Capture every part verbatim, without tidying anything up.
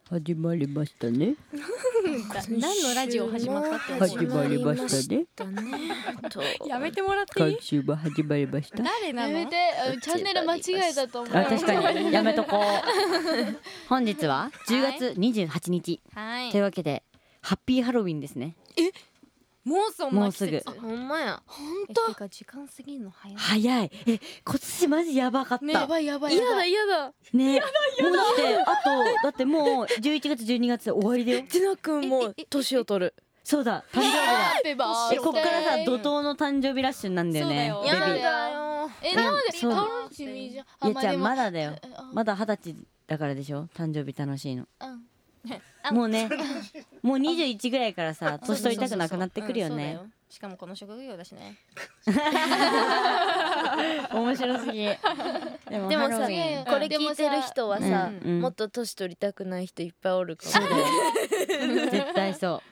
始まりましたね。 何のラジオ始まったって始まりましたね。 やめてもらっていい？ 今週も始まりました。 誰なの？ やめて、あチャンネル間違えたと思う。 あ、確かにやめとこう。本日はじゅうがつにじゅうはちにち、 はい。 というわけでハッピーハロウィンですね。 もうそんもうすぐな季節。 ほんまや。 本当？てか時間過ぎるの早い。 早い。え、今年マジやばかった。 やばいやばい。 嫌だ嫌だ。 ね、もうだってあとだってもうじゅういちがつじゅうにがつで終わりだよ。 ティナ君も年を取る。 そうだ、誕生日だ。 ペバえ、こっからさ怒涛の誕生日ラッシュなんだよね。 そうだよベビー。 だよ。 ええ、なんでそう楽しみじゃん。 いやじゃあまだ。 だだよ。まだ二十歳だからでしょ。誕生日楽しいの。 うんもうね、もうにじゅういちぐらいからさ年取りたくなくなってくるよね。 うんそうだよ。しかもこの職業だしね。 面白すぎ。でもでもさハロウィンこれ聞いてる人はさ、 うんうんもっと年取りたくない人いっぱいおるかも。 そうだよ。絶対そう。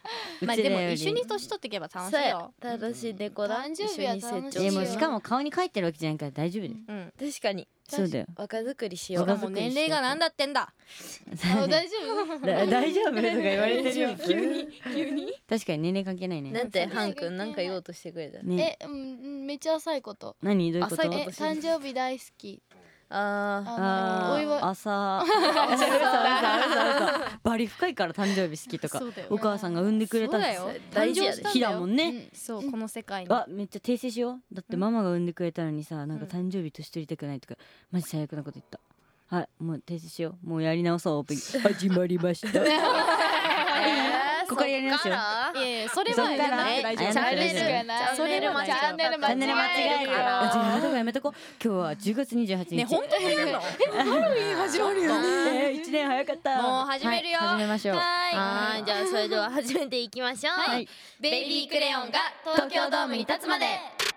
まあうちらよりでも一緒に年取っていけば楽しそうやいよ。 楽しいねこだ。 誕生日は一緒に成長楽しいよいやもうしかも顔に書いてるわけじゃないから大丈夫だよ。 うん。 確かにそうだよ。 若作りしよう。 しかも年齢がなんだってんだ。 あ大丈夫だ大丈夫とか言われてるよ。 急に急に。 確かに年齢関係ないね。 なんてハン君なんか言おうとしてくれた。 ね。 え、うんめっちゃ浅いこと。 何どういうこと？ 浅いえ、誕生日大好き。 ああのお祝い。 あー朝嘘嘘嘘嘘バリ深いから誕生日好きとかそうだよお母さんが産んでくれたそうだよ。 大事やで誕生したん日だもんね。 うんそうこの世界に。 あめっちゃ訂正しよう。だってママが産んでくれたのにさなんか誕生日年取りたくないとかマジ最悪なこと言った。はいもう訂正しよう。もうやり直そうオープニング始まりました。ここからやり直しよう。 いやいやそれそっからはやらなくて大丈夫。 チャンネルチャンネルそれはチャンネルチャンネル間違える。あじゃあやめとこうやめとこう。今日はじゅうがつにじゅうはちにち。 ね本当にやるの？ 始まるよね。えー一年早かった。 もう始めるよはい始めましょう。 ははいじゃあそれでは始めていきましょう。 はい。 ベイビークレヨンが東京ドームに立つまで。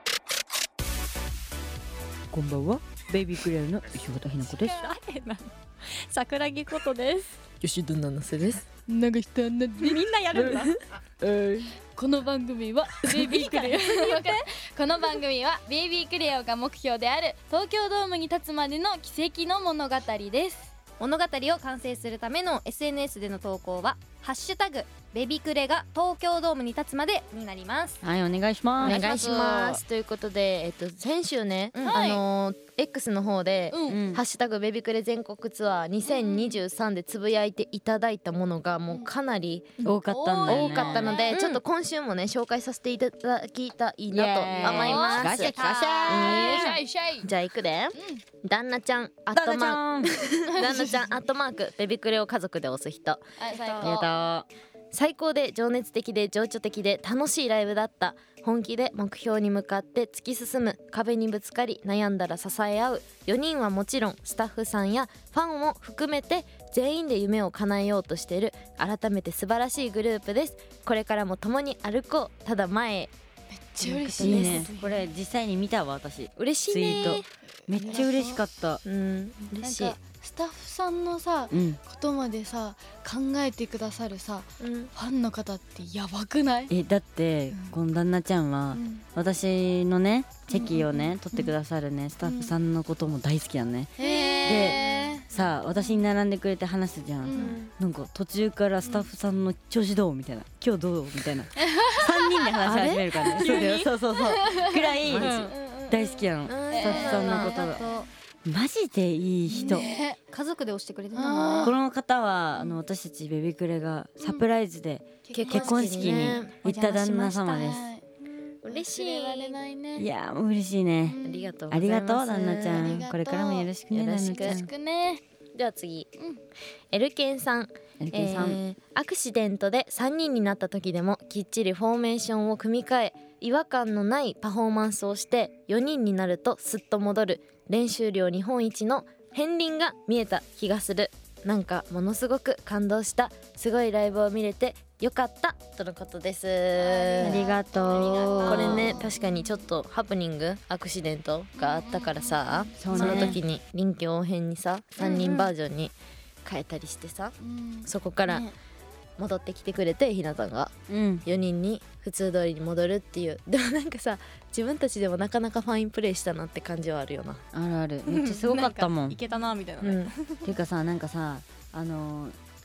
こんばんは。ベイビークレヨンの石形ひな子です。 誰なの？桜木ことです。 吉田七瀬です。 長下なみんなやるんだ。 この番組はベイビークレヨンこの番組はベイビークレヨンが目標である東京ドームに立つまでの奇跡の物語です。 物語を完成するための エスエヌエス での投稿はハッシュタグベビクレが東京ドームに立つまでになります。 はいお願いします。 お願いしますということで、えっと、先週ね、 うんあのー X の方で、 うんうんハッシュタグベビクレ全国ツアーにせんにじゅうさんでつぶやいていただいたものがもうかなり多かったんだよ多ね。 かったので、 うんちょっと今週もね紹介させていただきたいなと思います。 イエーイ聞かせて聞かせてえシャイシャイじゃあ行くで、旦那ちゃんアットマークん。 旦那ちゃんアットマークベビクレを家族で押す人。 はい最ありがと最高で情熱的で情緒的で楽しいライブだった。本気で目標に向かって突き進む。壁にぶつかり悩んだら支え合う。よにんはもちろんスタッフさんやファンを含めて全員で夢を叶えようとしている改めて素晴らしいグループです。これからも共に歩こう。ただ前へ。 めっちゃ嬉う。 しいでいいねす。 これ実際に見たわ私。 嬉しいねツイートめっちゃ嬉しかった。 うん嬉しいなんかスタッフさんのさうん。 ことまでさ考えてくださるさうんファンの方ってやばくない？ えだってうんこの旦那ちゃんはうん私のねチェキをうんね取ってくださるねスタッフさんのことも大好きなのね。 へーさあ私に並んでくれて話すじゃ。 うんんなんか途中からスタッフさんの調子どうみたいな今日どうみたいなさんにんで話し始めるからね。そうだよそうそうそうくらいマジ大好きなの。 うんスタッフさんのことがマジでいい人。 ね家族で押してくれてたあの。 ーこの方はあの私たちベビクレがサプライズで結結婚式にね行った旦那様です。 はい嬉しい。 忘れられないね。 いやーもう嬉しいね。 ありがとうありございます。 がとう旦那ちゃんありがとうこれからもよろしくねよろしく旦那ちゃんよろし。くね。 では次、 うんエルケンさん、 エルケンさん、 えーアクシデントでさんにんになった時でもきっちりフォーメーションを組み替え違和感のないパフォーマンスをしてよにんになるとすっと戻る。練習量日本一の片鱗が見えた気がする。なんかものすごく感動した。すごいライブを見れてよかったとのことです。 ありがとう。 これね確かにちょっとハプニングアクシデントがあったからさ、 そうねその時に臨機応変にささんにんバージョンに変えたりしてさ、 うんそこからね戻ってきてくれてひなたんがうんよにんに普通通りに戻るっていう。でもなんかさ自分たちでもなかなかファインプレーしたなって感じはあるよな。 あるあるめっちゃすごかったもん。 いけたなみたいなね。 うんっていうかさなんかさあのー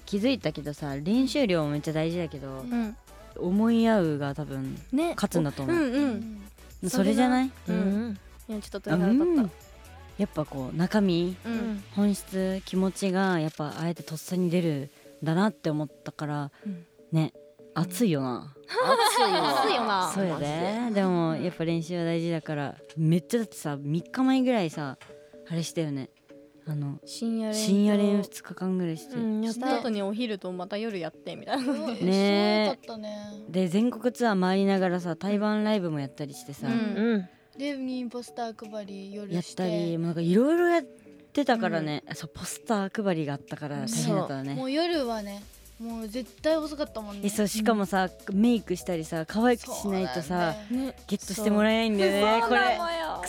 気づいたけどさ、練習量もめっちゃ大事だけど、 うん思い合うが多分ね勝つんだと思う、 うんうんそれじゃない？ ううんんいやちょっとあ鳥肌立っうんやっぱこう中身たうん本質気持ちがやっぱあえてとっさに出るんだなって思ったから、 うんね熱いよな、 熱いわ熱いよなそうやで。でもやっぱ練習は大事だからめっちゃだってさみっかまえぐらいさあれしたよね、あの深夜練深夜練ふつかかんぐらいして、 うんやっしたた後にお昼とまた夜やってみたいなねすごかったね。 で全国ツアー回りながらさ台湾ライブもやったりしてさ、 うんうんでにポスター配り夜やっしてたりもうなんかいろいろやってたからね、そうポスター配りがあったから大変だったね。 もう夜はねもう絶対遅かったもんね。 えそうしかもさ、メイクしたりさ可愛くしないとさ、 ねゲットしてもらえないんだよねこれ。 く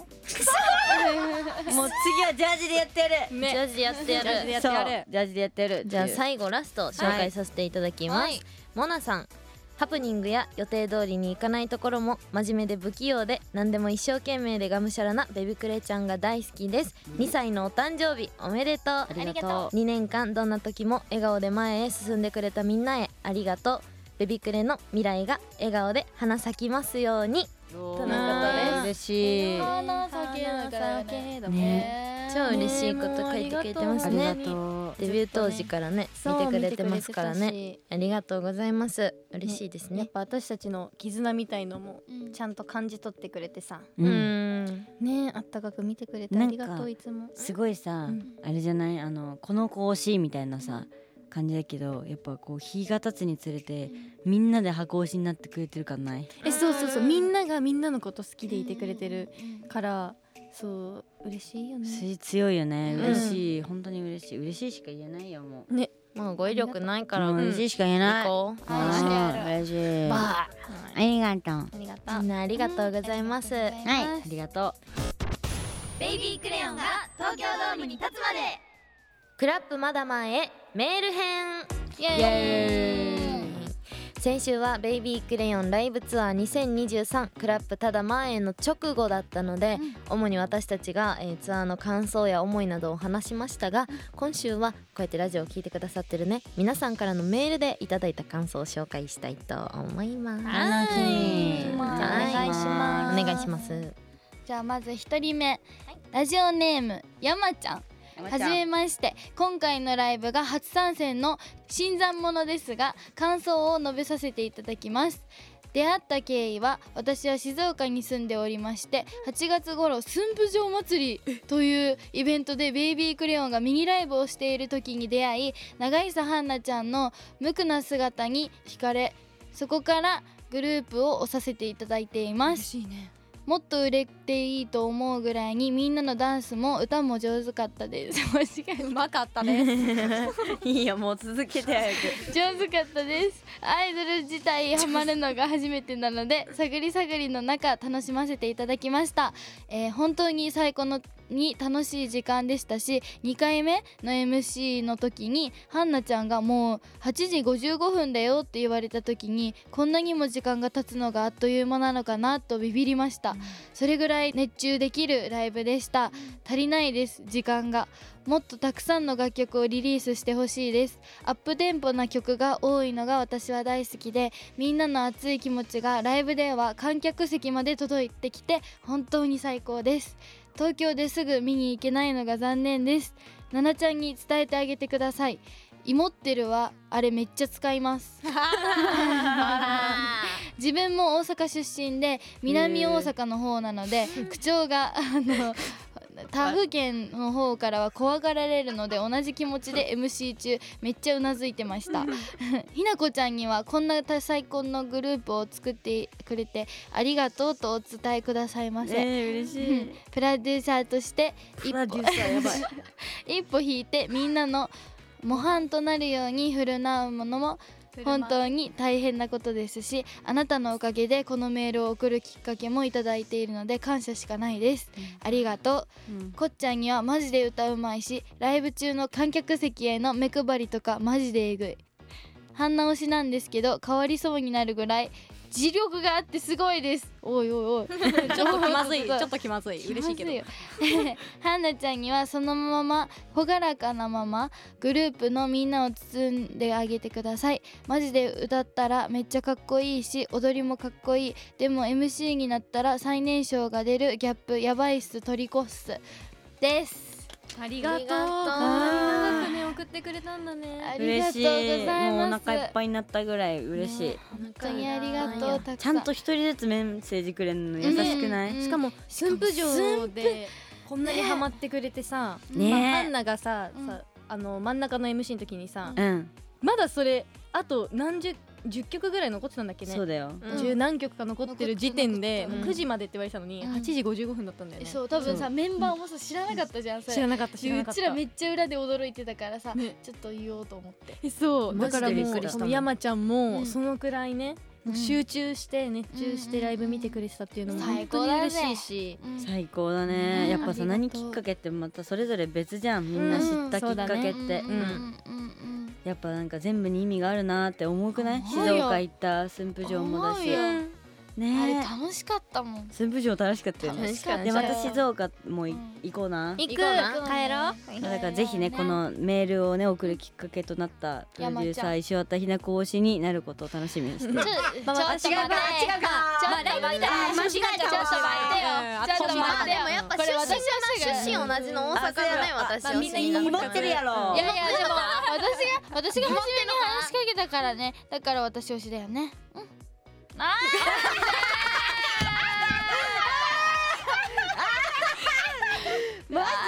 もう次はジャージでやってやる。 ジャージやってやるジャージでやってやるそうジャージでやってやる。 じゃあ最後ラスト紹介させていただきます、 はいモナさん、ハプニングや予定通りにいかないところも真面目で不器用で何でも一生懸命でがむしゃらなベビクレちゃんが大好きです、にさいのお誕生日おめでとう。 ありがとう。 にねんかんどんな時も笑顔で前へ進んでくれたみんなへありがとう。ベビクレの未来が笑顔で花咲きますように。 とのことです嬉しい。 花咲けだからね。 ね超嬉しいこと書いてくれてますありがね。 とう。 デビュー当時からね見てくれてますからね。 ねありがとうございます。嬉しいですね。 やっぱ私たちの絆みたいのもうんちゃんと感じ取ってくれてさううんん。 ねあったかく見てくれてなんかありがとういつもすごいさ、 うんあれじゃないあのこの子推しみたいなさ感じだけどやっぱこう日が経つにつれてみんなで箱推しになってくれてる感ない？ えそうそうそうみんながみんなのこと好きでいてくれてるからそう嬉しいよねし強いよね。 うん嬉しい、本当に嬉しい嬉しいしか言えないよもう。 ねまあ語彙力ないからもう嬉しいしか言えない。 行こう。 愛してあるうん嬉しい。 バありがとう。 ありがとうみんなありがとうございます。 はい、ありがとう。 ベイビークレヨンが東京ドームに立つまでクラップまだ前へメール編。 イエイエーイ。 先週はベイビークレヨンライブツアーにせんにじゅうさんクラップただ前への直後だったので、主に私たちが、えーツアーの感想や思いなどを話しましたが、今週はこうやってラジオを聞いてくださってるね皆さんからのメールでいただいた感想を紹介したいと思います。 楽しみ。 じゃあお願いしますお願いします。 じゃあまず一人目、ラジオネーム山ちゃん。はじめまして。今回のライブが初参戦の新参者ですが感想を述べさせていただきます。出会った経緯は私は静岡に住んでおりましてはちがつ頃駿府城祭りというイベントでベイビークレヨンがミニライブをしている時に出会い長井さはんなちゃんの無垢な姿に惹かれそこからグループを推させていただいています。もっと売れていいと思うぐらいにみんなのダンスも歌も上手かったです間違えうまかったですいいよもう続けて早く。 上手かったです。アイドル自体ハマるのが初めてなので探り探りの中楽しませていただきました、えー、本当に最高のに楽しい時間でしたしにかいめの エムシー の時にハンナちゃんがもうはちじごじゅうごふんだよって言われた時にこんなにも時間が経つのがあっという間なのかなとビビりました、うん、それぐらい熱中できるライブでした。足りないです時間が。もっとたくさんの楽曲をリリースしてほしいです。アップテンポな曲が多いのが私は大好きでみんなの熱い気持ちがライブでは観客席まで届いてきて本当に最高です。東京ですぐ見に行けないのが残念です。ななちゃんに伝えてあげてください。イモってるはあれめっちゃ使います自分も大阪出身で南大阪の方なので口調があの他府県の方からは怖がられるので同じ気持ちで エムシー 中めっちゃうなずいてましたひなこちゃんにはこんな最高のグループを作ってくれてありがとうとお伝えくださいませ、 えー、嬉しいプロデューサーとして一歩一歩引いてみんなの模範となるように振る舞うものも本当に大変なことですしあなたのおかげでこのメールを送るきっかけもいただいているので感謝しかないです、うん、ありがとう、うん、こっちゃんにはマジで歌うまいしライブ中の観客席への目配りとかマジでえぐい。ハンナ推しなんですけど変わりそうになるぐらい磁力があってすごいです。おいおいおいちょっと気まずいちょっと気まずい嬉しいけどハンナちゃんにはそのまま朗らかなままグループのみんなを包んであげてください。マジで歌ったらめっちゃかっこいいし踊りもかっこいい。でも エムシー になったら最年少が出るギャップやばいっすトリコっすです。 ありがとう。こんあなに長くね送ってくれたんだね。 ありがとうご嬉しい。 ざいもうおます。 腹いっぱいになったぐらい嬉しい、 ね本当にありがとう。たくさんちゃんと一人ずつメッセージくれるの優しくない、 うんしかも駿府城でこんなにハマってくれてさ、 ねまあハンナがさ、 うんさあの真ん中の エムシー の時にさ、 うん、 まだそれあと何十じゅっきょくぐらい残ってたんだっけね。 そうだよ。 うん十何曲か残ってる時点で残ってたもうくじまでって言われてたのに、 うんはちじごじゅうごふんだったんだよえね。 そう多分さメンバーもさ知らなかったじゃんそれ。 知らなかった知らなかった。 うちらめっちゃ裏で驚いてたからさ、 ねちょっと言おうと思って。 えそうマジでだからもうびっくりしたこの山ちゃんもうんそのくらいね、 うん集中して熱中してライブ見てくれてたっていうのも本当に嬉しいし、 うん最高だね、 うんやっぱさありがとう何きっかけってまたそれぞれ別じゃん。みんな知ったきっかけって、 うんねうんうんうんやっぱなんか全部に意味があるなって思うくない？静思うよ岡行った駿府城もだし思うようんあれねえ楽しかったもん。 駿府城楽しかったよね。 楽しかったでまた静岡もいうん行こうな。 行く行こうな帰ろう。 だからぜひねこのメールをね送るきっかけとなったプロデューサー石渡ひな子推しになることを楽しみにしてちょちょっと待って。 まあまあ違うか違うかちょっとまあライブ見たら間違間違えた。 えたちょっと待ってよ。ちょっと待ってよ。 でもやっぱこれ出身私は出身同じの大阪じゃない私はみんな言い持ってるやろいやいやでも私が私が初めに話しかけたからね。だから私推しだよね。うん。あマジ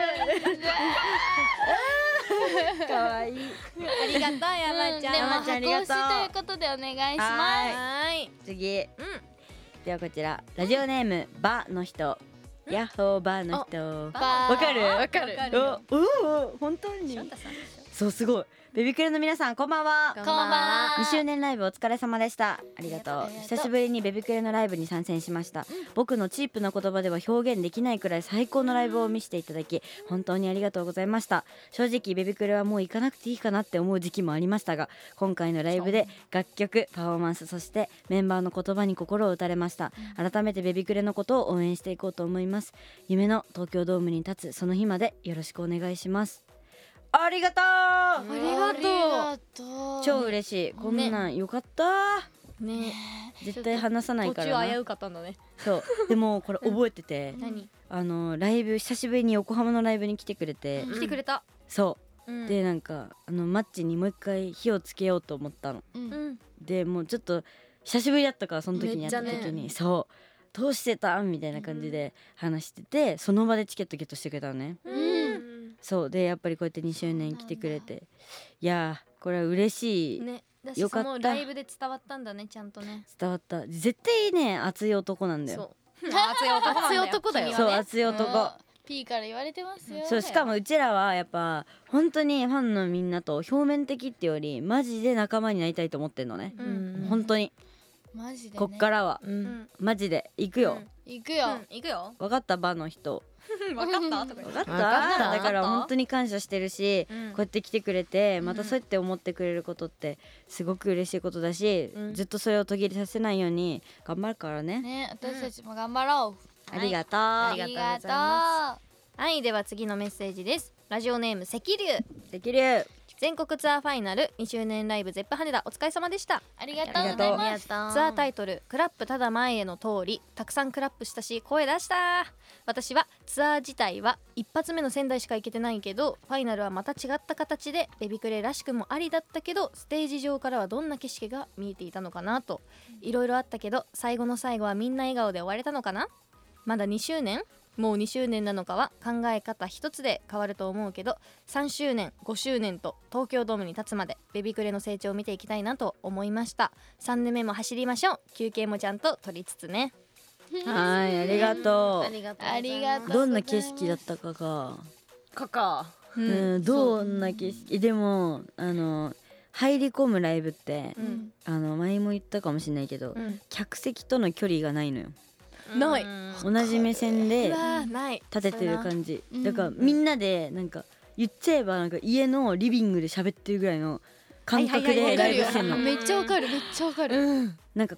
おもろいかわいい。 ありがとう山ちゃん。 でも山ちゃんありがとう箱推しということでお願いします。 はーい。 次、ではこちらラジオネームバの人、ヤッホーバーの人。 バーわかるわかる。 おおお本当にそうすごい。ベビクレの皆さんこんばんは。 こんばんは。 にしゅうねんライブお疲れ様でした。ありがとう。 ありがとう久しぶりにベビクレのライブに参戦しました。僕のチープな言葉では表現できないくらい最高のライブを見せていただき本当にありがとうございました。正直ベビクレはもう行かなくていいかなって思う時期もありましたが、今回のライブで楽曲パフォーマンスそしてメンバーの言葉に心を打たれました。改めてベビクレのことを応援していこうと思います。夢の東京ドームに立つその日までよろしくお願いします。ありがとう。 ありがとう。 ありがとう。 超嬉しい。こんなんよかった。 ね。 絶対話さない途からな。 中危うかったんだね。 そうでもこれ覚えてて、 何？ あのライブ久しぶりに横浜のライブに来てくれて、 うん来てくれた。 そううんでなんかあのマッチにもう一回火をつけようと思ったのうんうん。 でもうちょっと久しぶりだったからその時にやった時めっちゃに、そうどうしてたみたいな感じで話してて、その場でチケットゲットしてくれたのね。 うんそうでやっぱりこうやってにしゅうねん来てくれて、いやーこれは嬉しい、 ね。だしよかったそのライブで伝わったんだねちゃんとね。 伝わった。絶対ね熱い男なんだよ。 そう。熱い男なんだよ。 熱い男だよそう君はね熱い男、 うん P から言われてますよ。 そうしかもうちらはやっぱ本当にファンのみんなと表面的ってよりマジで仲間になりたいと思ってんのね、 うん本当にマジでね。 こっからは、 ううんん。 マジで行くよ、 行くよ。 行くよ。 分かったバの人わかったとか言って。 分かったわかっただから本当に感謝してるし、 うんこうやって来てくれてんまたそうやって思ってくれることってすごく嬉しいことだし、 うんずっとそれを途切れさせないように頑張るからね、 ね私たちも頑張ろう。 ありがとう、 ありがとうございますあはいでは次のメッセージです。ラジオネーム赤龍。 できる。 全国ツアーファイナルにしゅうねんライブゼップ羽田お疲れ様でした。 りがとうございます。 ツアータイトルクラップただ前への通り、たくさんクラップしたし声出した。私はツアー自体は一発目の仙台しか行けてないけど、ファイナルはまた違った形でベビクレらしくもありだったけど、ステージ上からはどんな景色が見えていたのかなと、いろいろあったけど最後の最後はみんな笑顔で終われたのかな。まだにしゅうねんもうにしゅうねんなのかは考え方一つで変わると思うけど、さんしゅうねんごしゅうねんと東京ドームに立つまでベビクレの成長を見ていきたいなと思いました。さんねんめも走りましょう。休憩もちゃんと取りつつね。 はいありがとありがとうありがとうう。どんな景色だったかがかかうん、どんな景色でもあの入り込むライブって、 うんあの前も言ったかもしれないけど、 うん客席との距離がないのよ。 ないうん同じ目線でうわーない立ててる感じうんだからみんなでなんか言っちゃえばなんか家のリビングで喋ってるぐらいの感覚でライブしてんの。 はいはいはいはいめっちゃわかるめっちゃわかる。 なんかこう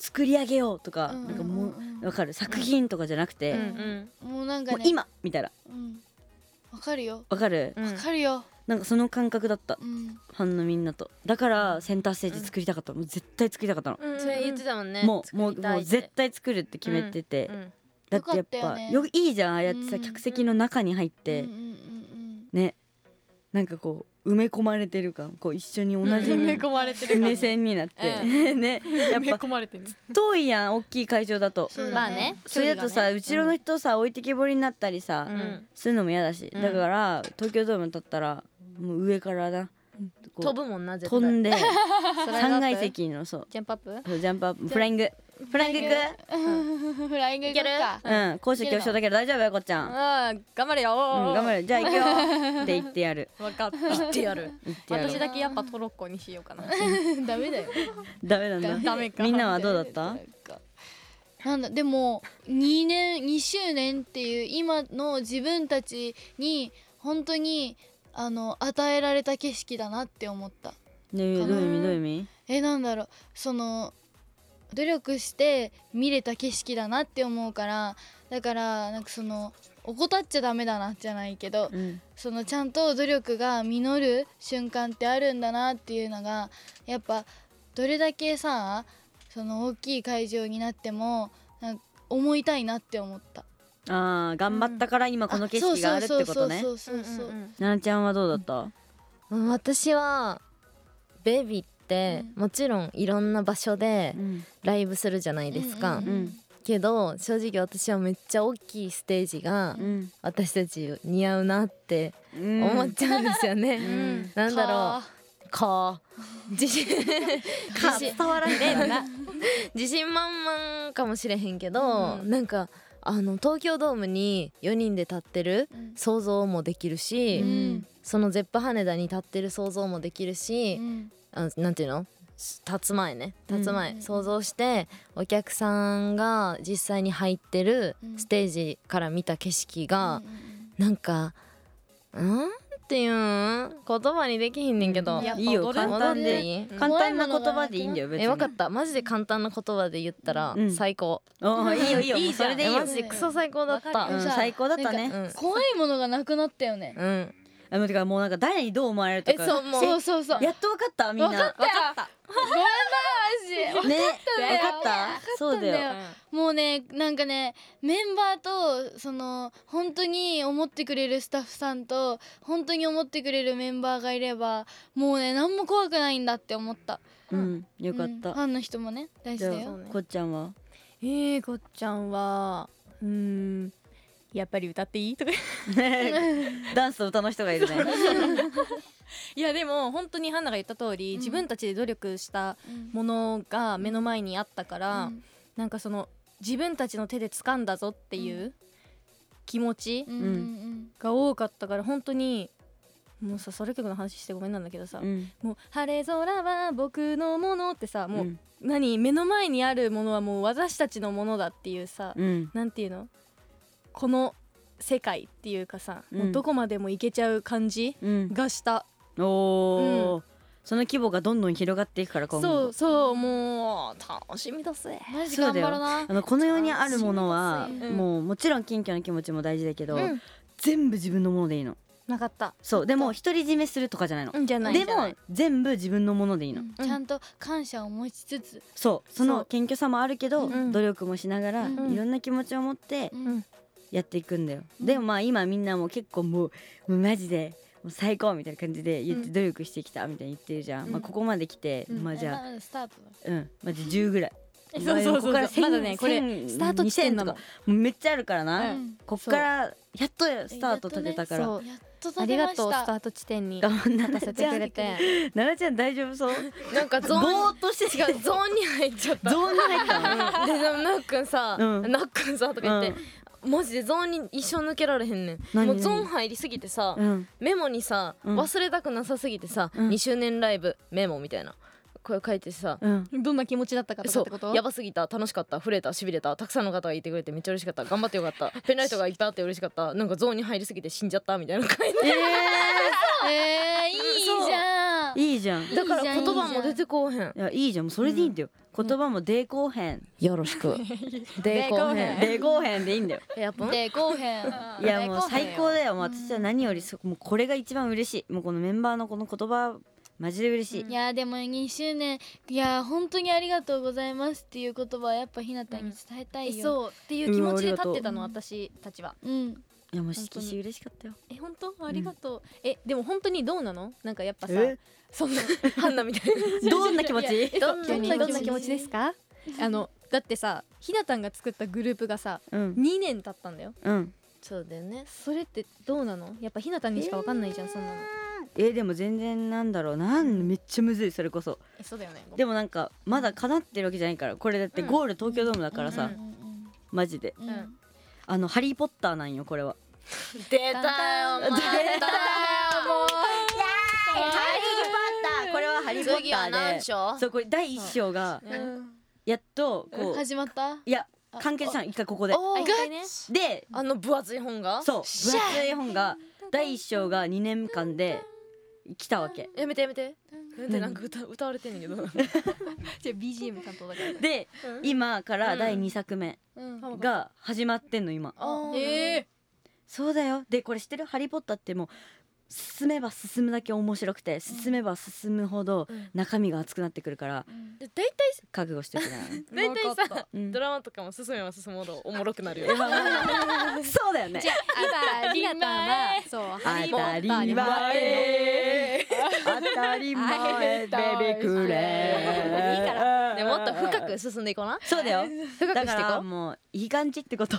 作り上げようとか、 うんなんかもう、 うんうんわかる作品とかじゃなくて、 うんもうなんかねもう今みたいな、 うんわかるよわかる、 うんわかるよなんかその感覚だった、 うんファンのみんなと。だからセンターステージ作りたかったの、もう絶対作りたかったの、 それ言ってたもんね。 もうもう作りたいってもう絶対作るって決めてて、 うんだってやっよかったよぱねよいいじゃん、ああやってさ、 うん客席の中に入って、 うんうんうんね、なんかこう埋め込まれてる感、こう一緒に同じ埋め込まれてる目線になって、 うね、やっぱ込まれてる。 遠いやん、大きい会場だと。 そうだねまあね。 それだとさ、後ろの人さ置いてけぼりになったりさ、 うんするのも嫌だし、 うんだから東京ドーム立ったらもう上からな、こう飛ぶもんな絶対。 飛んでスライドアップさんがい席のそうジャンプアップそうジャンプアップフライングフライングいく、 うんフライング行こうかうん、高所恐怖症だけど大丈夫よこっちゃん、 あー頑張れようん、頑張る。 るじゃあ行くよって言ってやる分かった。言ってやる。 言ってやる私だけやっぱトロッコにしようかな。 ダメだよダメなんだダメか。 みんなはどうだったなんかなんだでもにねんにしゅうねんっていう今の自分たちに本当にあの与えられた景色だなって思った。 ねえどういう意味どういう意味えなんだろうその努力して見れた景色だなって思うから、だからなんかその怠っちゃダメだなじゃないけど、 うんそのちゃんと努力が実る瞬間ってあるんだなっていうのがやっぱどれだけさその大きい会場になってもなんか思いたいなって思った。 あー頑張ったから今この景色があるってことね。 そうそうそうそうそうそうななちゃんはどうだった？ うん私はベビーってもちろんいろんな場所でうんライブするじゃないですか、 うんうんけど正直私はめっちゃ大きいステージがうん私たち似合うなってうん思っちゃうんですよね、 んなんだろうか自信自信伝わらんねんな自信満々かもしれへんけど、 うんなんかあの東京ドームによにんで立ってるうん想像もできるし、 うんそのゼップ羽田に立ってる想像もできるし、 うんあなんていうの立つ前ね立つ前、 うん想像してお客さんが実際に入ってるうんステージから見た景色が、 うんなんかうんっていうん言葉にできひんねんけど、 うんやっぱいいよ踊る簡単で踊っていい簡単な言葉でいいんだよ別に。 え分かったマジで簡単な言葉で言ったらうん最高、 おーいいよいいよもうそれでいいよえマ。ジでクソ最高だった、 うんわかるさ最高だったね。 うん怖いものがなくなったよね。 うんあのてかもうなんか誰にどう思われるとか。 えそうもうそうそうそう。 やっとわかったみんな。 わかったよ。ごめんなマジ。 ねよわかった。そうだよ。 もうねなんかねメンバーとその本当に思ってくれるスタッフさんと本当に思ってくれるメンバーがいればもうね何も怖くないんだって思った。 うんよかっうんフた。 ァンの人もね大事じゃあだよ。 こっちゃんは。 えー、こっちゃんはうーんやっぱり歌っていいとかダンスと歌の人がいるね。 いやでも本当にハンナが言った通り、 うん自分たちで努力したうんものが目の前にあったから、 うんなんかその自分たちの手で掴んだぞっていう気持ちうんうんが多かったから本当にもうさソロ曲の話してごめんなんだけどさ、 うんもう晴れ空は僕のものってさもう、 うん何目の前にあるものはもう私たちのものだっていうさ、 うんなんていうのこの世界っていうかさ、 うんもうどこまでも行けちゃう感じうん。 がした、 おお。その規模がどんどん広がっていくから今後。 そうそうもう楽しみだぜマジそうだよ頑張ろうな。 あのこの世にあるものは楽しみですよもうもちろん謙虚な気持ちも大事だけど、 うん全部自分のものでいいの。 なかったそうでも独り占めするとかじゃないの。 うんじゃないでもじゃない全部自分のものでいいの。 うんちゃんと感謝を持ちつつ。 そうそそうの謙虚さもあるけど、 うん努力もしながら、 うんいろんな気持ちを持ってうんやっていくんだよ、 うんでもまあ今みんなもう結構もうもうマジでもう最高みたいな感じで言ってうん努力してきたみたいに言ってるじゃん、 うんまあ、ここまで来て、 うんまあじゃあえまだスタートだ。 うんまあじゃあじゅうぐらいそうそうそうそうここからせんまだねこれせんスタート地点なのにせんとかもうめっちゃあるからな、 うんこっからやっとスタート立てたから、 そうやっとありが立てました。 とうスタート地点に頑張んな立たせてくれて奈々ちゃん大丈夫そうなんかゾーンぼーっとして違うゾーンに入っちゃったゾーンに入ったのででもなっくんさ、 うんなっくんさとか言って、マジでゾーンに一生抜けられへんねん何もうゾーン入りすぎてさ、 うんメモにさ、 うん忘れたくなさすぎてさ、 うんにしゅうねんライブメモみたいなこれ書いてさ、 うんどんな気持ちだったかとかそうってことやばすぎた楽しかった震えたしびれたたくさんの方がいてくれてめっちゃ嬉しかった頑張ってよかったペンライトがいっぱいあって嬉しかったなんかゾーンに入りすぎて死んじゃったみたいな書いてえー、いいじゃん。 やんいいじゃん。いだからいいじゃん言葉も出てこうへん。 やいいじゃん、もうそれでいいんだよ。言葉も出こうへん、 よろしく。でこうへん。 出こうへんでいいんだよ。 やっぱでこうへんいやもう最高だよ。もう私は何よりそもうこれが一番嬉しい。もうこのメンバーのこの言葉マジで嬉しい。 いやでもにしゅうねんいや本当にありがとうございますっていう言葉はやっぱひなたに伝えたえいよ、 そうっていう気持ちで立ってたのうん私たちは。 うんいやもう色紙嬉しかったよ。 え本当ありがとう。えでも本当にどうなの？なんかやっぱさえそんなハンナみたいな。 どんな気持ち？ どんな急にどんな気持ちですか？あのだってさひなたんが作ったグループがさうんにねん経ったんだよ。 うん。 そうだよね。 それってどうなの？やっぱひなたんにしかわかんないじゃんそんなの。 えーでも全然なんだろうなんめっちゃむずいそれこそ。 えそうだよね。 でもなんかまだ叶ってるわけじゃないからこれだってゴール東京ドームだからさ、 うんうんマジでうんうんあのハリーポッターなんよこれは。 出たよ。出たよもう。 ハリーポッターこれはハリーポッ次はターで何章？ そうこれだいいっ章がうんやっとこう始まったいや完結したの一回ここでおーあ一回ね。 であの分厚い本が？ そう分厚い本がだいいっ章がにねんかんで来たわけやめてやめて。やめてなんか歌歌われてんねんけど。 じゃあ ビージーエム 担当だから。 で今からだいにさくめうんが始まってんの今。 あええそうだよ。でこれ知ってるハリーポッターってもう進めば進むだけ面白くて進めば進むほどうん中身が熱くなってくるからで大体覚悟してくれ大体さうんドラマとかも進めば進むほどおもろくなるよね。 そうだよね。 今ひなたんはそうハリーポッターに当たり前当たり前ベビークレいいからでもっと深く進んでいこうな。 そうだよ。だか深くしていこらもういい感じってこと。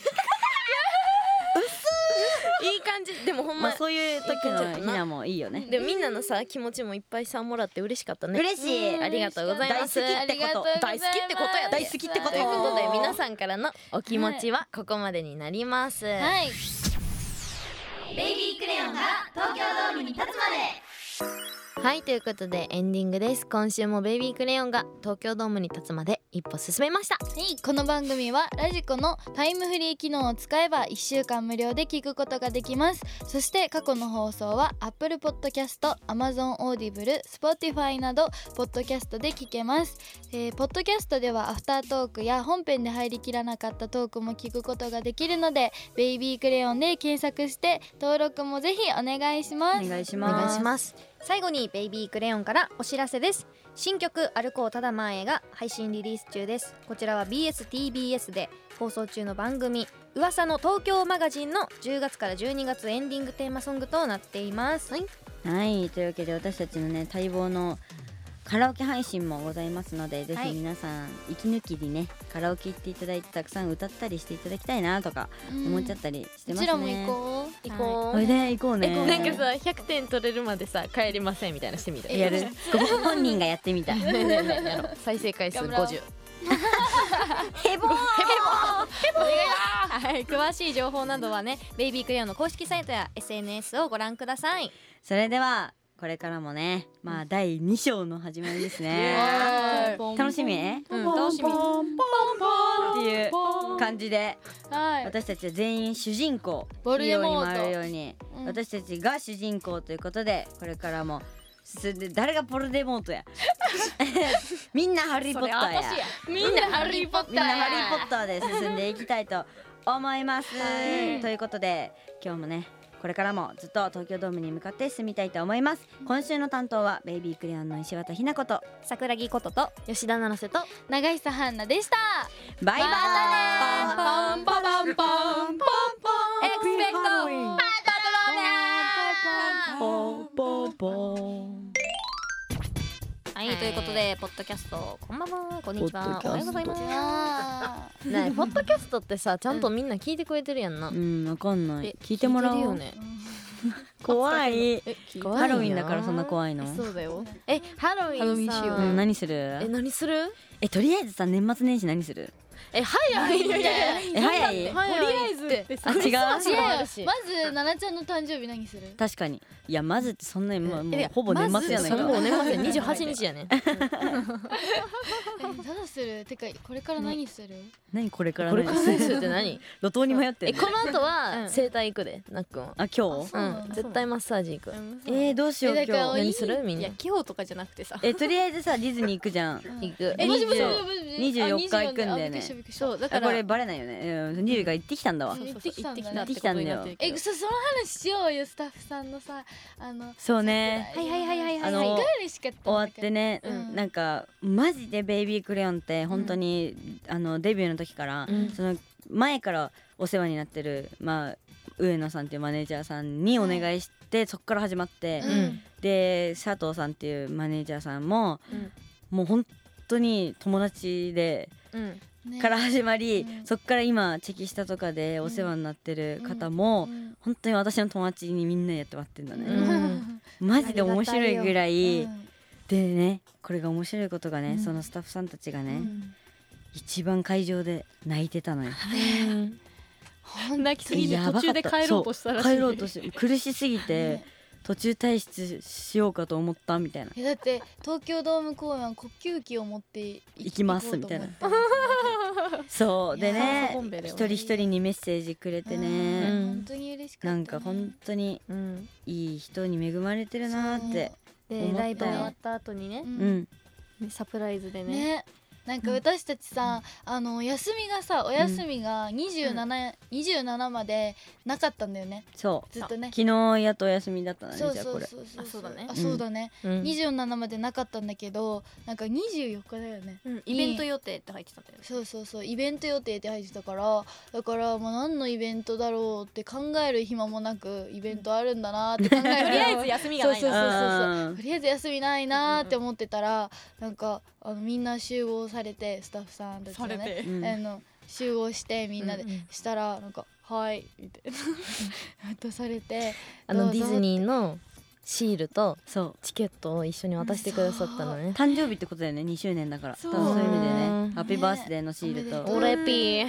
う。いい感じ。でもほんままあそういう時のひなもいいよね。 でもみんなのさ気持ちもいっぱいさもらって嬉しかったね。 嬉しい。 ありがとうございます。 大好きってこと大好きってことやで大好きってことということで皆さんからのお気持ちはここまでになります。 はいベイビークレヨンが東京ドームに立つまで。 はいということでエンディングです。今週もベイビークレヨンが東京ドームに立つまで一歩進めました。 はいこの番組はラジコのタイムフリー機能を使えばいっしゅうかん無料で聞くことができます。そして過去の放送は Apple Podcast、Amazon Audible、Spotify などポッドキャストで聞けます、えー、ポッドキャストではアフタートークや本編で入りきらなかったトークも聞くことができるのでベイビークレヨンで検索して登録もぜひお願いします。 お願いしおます。 願いします。 最後にベイビークレヨンからお知らせです。新曲歩こうただ前が配信リリース中です。こちらは ビーエスティービーエス で放送中の番組噂の東京マガジンのじゅうがつからじゅうにがつエンディングテーマソングとなっています。はい、 はいというわけで私たちのね待望のカラオケ配信もございますのでぜはいひ皆さん息抜きにねカラオケ行っていただいてたくさん歌ったりしていただきたいなとか思っちゃったりしてますね。 うちらも行こう。 行こう。 おいで行こうね。 なんかさひゃくてん取れるまでさ帰りませんみたいなしてみる。 やる。ご本人がやってみたい。 ねえねえねえやろう。再生回数ごじゅう。 ヘボー。 はい、詳しい情報などはねベイビークレヨンの公式サイトや エスエヌエス をご覧ください。 それではこれからもねまあだいに章の始まりですね。楽しみね。 うん、楽しみ。 っていう感じではい私たちは全員主人公ボルデモートヒーローに回るように、 うん私たちが主人公ということでこれからも進んで誰がボルデモートやみんなハリーポッターやみんなハリーポッターみんなハリーポッターで進んでいきたいと思います、 はいということで今日もねこれからもずっと東京ドームに向かって進みたいと思います。今週の担当はベイビークレヨンの石渡ひなこと桜木ことと吉田七瀬と長久ハンナでした。 バイバイパンパパンパンパンパンエクスペクトポポポはい、ということでポッドキャストこんばんはこんにちはポッドキャストおはようございます。 あねえポッドキャストってさちゃんとみんな聞いてくれてるやんな。 うんわかんないえ聞いてもらおう聞いてるよね。 怖いえハロウィンだからそんな怖いのえそうだよ。えハロウィンさハロウィンしよううん何すえる何する？ えとりあえずさ年末年始何するえ早いいやいやえ早い早いとりあえずってあ違ういやそうあるしまずななちゃんの誕生日何する？ 確かにいやまずってそんなにもうもうえほぼ年末やないかそんな年末にじゅうはちにちやねえどうする？てかこれから何する？ 何これからこれ何から何するって何路頭に迷ってるえこの後うんは整体行くでなっくんはあ今日そうなんだうん絶対マッサージ行くえーどうしようえだから今日何するみんないや今日とかじゃなくてさえとりあえずさディズニー行くじゃん行くえもしもしもしにもしにじゅうよっか行くんだよねあびっくりしたびっくりしたそうだからあこれバレないよねうんニューが行ってきたんだわうんそうそうそう行ってきたんだ行ってきたってことになってるけどえそその話しようよスタッフさんのさあのそうねはいはいはいはいはいあのいかがでしかった終わってね、 うんなんかマジでベイビークレヨンって本当に、あのデビューの時から、 うんその前からお世話になってる、まあ、上野さんっていうマネージャーさんにお願いして、そっから始まって、 うんうんで佐藤さんっていうマネージャーさんも、 うんもう本当に友達でうんねから始まり、 うんそっから今チェキスタとかでお世話になってる方も、 うん本当に私の友達にみんなやってもらってんだね、 うんマジで面白いぐらい、 うんでねこれが面白いことがね、 うんそのスタッフさんたちがね、 うん一番会場で泣いてたのよ。 泣きすぎてやばかった途中で帰ろうとしたらしいそう帰ろうとし苦しすぎてね途中退出しようかと思ったみたいな。 えだって東京ドーム公演は呼吸器を持ってい行きますみたいな行こうと思ったんですそうでいや酸ね素ボンベだよ一人一人にメッセージくれてよね、 うん本当に嬉しかったねなんか本当にうんいい人に恵まれてるなーって。思ったよでライブ終わった後にねううんんサプライズでねねなんか私たちさ、あの休みがさお休みがにじゅうなな、にじゅうななまでなかったんだよねそうずっとね昨日やっとお休みだったのねそうそうじゃあこれそうそうあそうだねあそうだね、 うんにじゅうななまでなかったんだけどなんかにじゅうよっかだよねうんイベント予定って入ってたんだよねそうそうそうイベント予定って入ってたからだからもう何のイベントだろうって考える暇もなくイベントあるんだなって考えるとりあえず休みがないそうそうそうなうんとりあえず休みないなーって思ってたらなんかあのみんな集合されてスタッフさんたちがねされてうんあの集合してみんなで、 うんうんしたらなんか「はい」みたいな渡されてあのどうぞディズニーのシールとそうチケットを一緒に渡してくださったのね誕生日ってことだよねにしゅうねんだからそう多分そういう意味でうんねハッピーバースデーのシールと、 ねおめでとうオレピー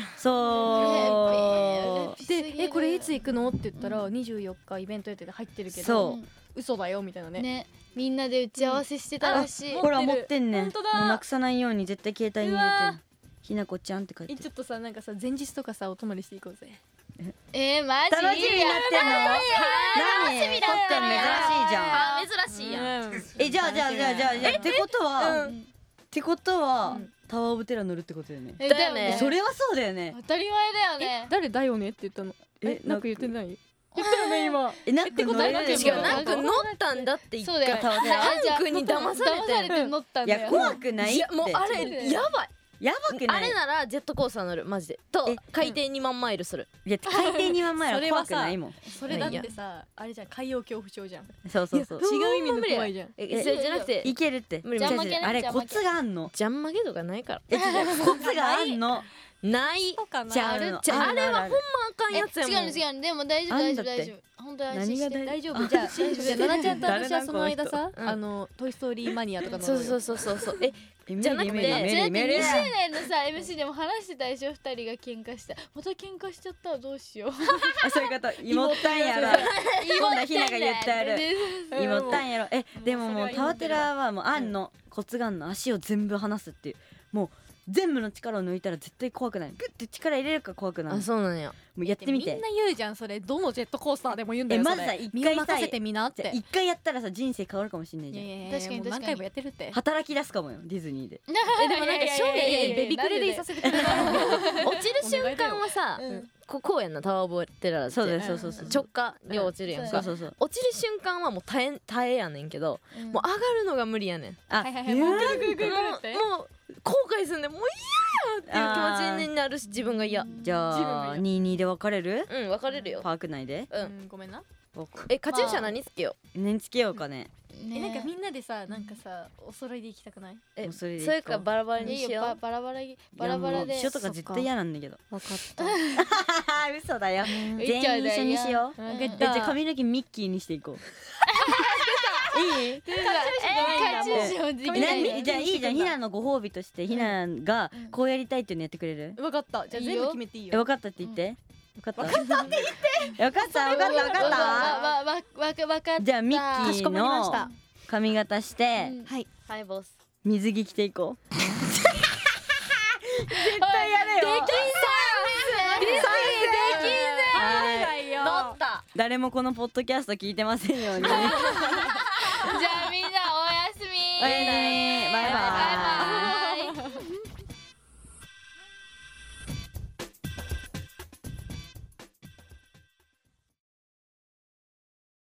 そうでえこれいつ行くのって言ったらにじゅうよっかイベント予定で入ってるけどそう嘘だよみたいなねねみんなで打ち合わせしてたらしい、 うんほら持ってんねん本当だもうなくさないように絶対携帯に入れてんひなこちゃんって書いてえちょっとさなんかさ前日とかさお泊まりしていこうぜえー、マジ楽しみになってんの何楽しみだった珍しいじゃんあ珍しいやんえじゃあじゃあじゃあじゃあじゃあってことは、 うんってことは、 うんタワーオブテラー乗るってことだよねえだよねえそれはそうだよね当たり前だよえね誰だよねって言ったのええなんか言ってない言ったよね今えなんか乗れるえってことは違うなんか乗ったんだって一そうだよ回タワーオブテラーあじゃあアンクに騙されて騙されて乗ったんいだよや怖くないっていやもうあれやばいやばくないあれならジェットコースター乗るマジでとえ海底にまんマイルするいや海底にまんまや怖くないもんそれだってさあれじゃん海洋恐怖症じゃんそうそうそう違う意味の怖いじゃんえそれじゃなくていけるって無理じゃあ違う違う負けないじゃああれコツがあんのジャンマゲとかないからえ違うコツがあんのないそうかじゃあなあるのじゃああれはほんまあかんえやつやもん違うの違うのでも大丈夫大丈夫あんだって大丈夫本当に安何が心して大丈大丈夫じゃあじゃあななちゃんと私はその間さうんあのトイストーリーマニアとかのそうそうそうそうそうええじゃなくて無理無理無じゃあだってに理無理しゅうねんのさ エムシー でも話してたでしょふたりが喧嘩したまた喧嘩しちゃったらどうしようあそういうこと妹ったんやろ今度ひなが言ってある妹ったんやろえでももうタワテラはもうあんのコツがあんの足を全部離すっていうもう全部の力を抜いたら絶対怖くないグッて力入れるから怖くないあもそうなんやうやってみみんなて言うじゃんそれどのジェットコースターでも言うんだよそれえまずは一身を回さ任せてみなってじゃあ一回やったらさ人生変わるかもしんないじゃんいやいやいや確かにもう何回もやってるって働き出すかもよディズニーでえでもなんか正直ベビクレでいさせてくれない落ちる瞬間はさうんここうやんなタワーオブテラーってそうだよそうそうそう直下で落ちるやんかそうそうそう落ちる瞬間はもう耐え耐えやねんけどうんもう上がるのが無理やねんあはいはいはいもうぐるぐるぐるぐるってもう後悔すんでもう嫌やっていう気持ちになるし自分が嫌じゃあにたいにで別れるうん別れるよパーク内でううんんごめんなえカチューシャ何つけよ年つけようかねえなんかみんなでさなんかさお揃いで行きたくないえもうそれでいこうそれかバラバラいにしよいよババラバラバラバラで一緒とか絶対嫌なんだけどう分かった嘘だようん全員一緒にしよううんえじゃあ髪の毛ミッキーにしていこういいえカチューシャもできないねじゃあいいじゃん。ひなのご褒美としてひながこうやりたいっていうのやってくれる？ わかった。じゃあ全部決めていいよ。 え分かったって言って分かった分かったって言って分かった分かった分かった。 わわわわわかった。 じゃあミッかしこキーのまりました。 髪型してはい。 はいボス。 水着着ていこう。絶対やれよ。できんさ。できんできんはい乗った誰もこのポッドキャスト聞いてませんように。 じゃあみんなおやすみ。 おやすみバイバイ。 バイバイ。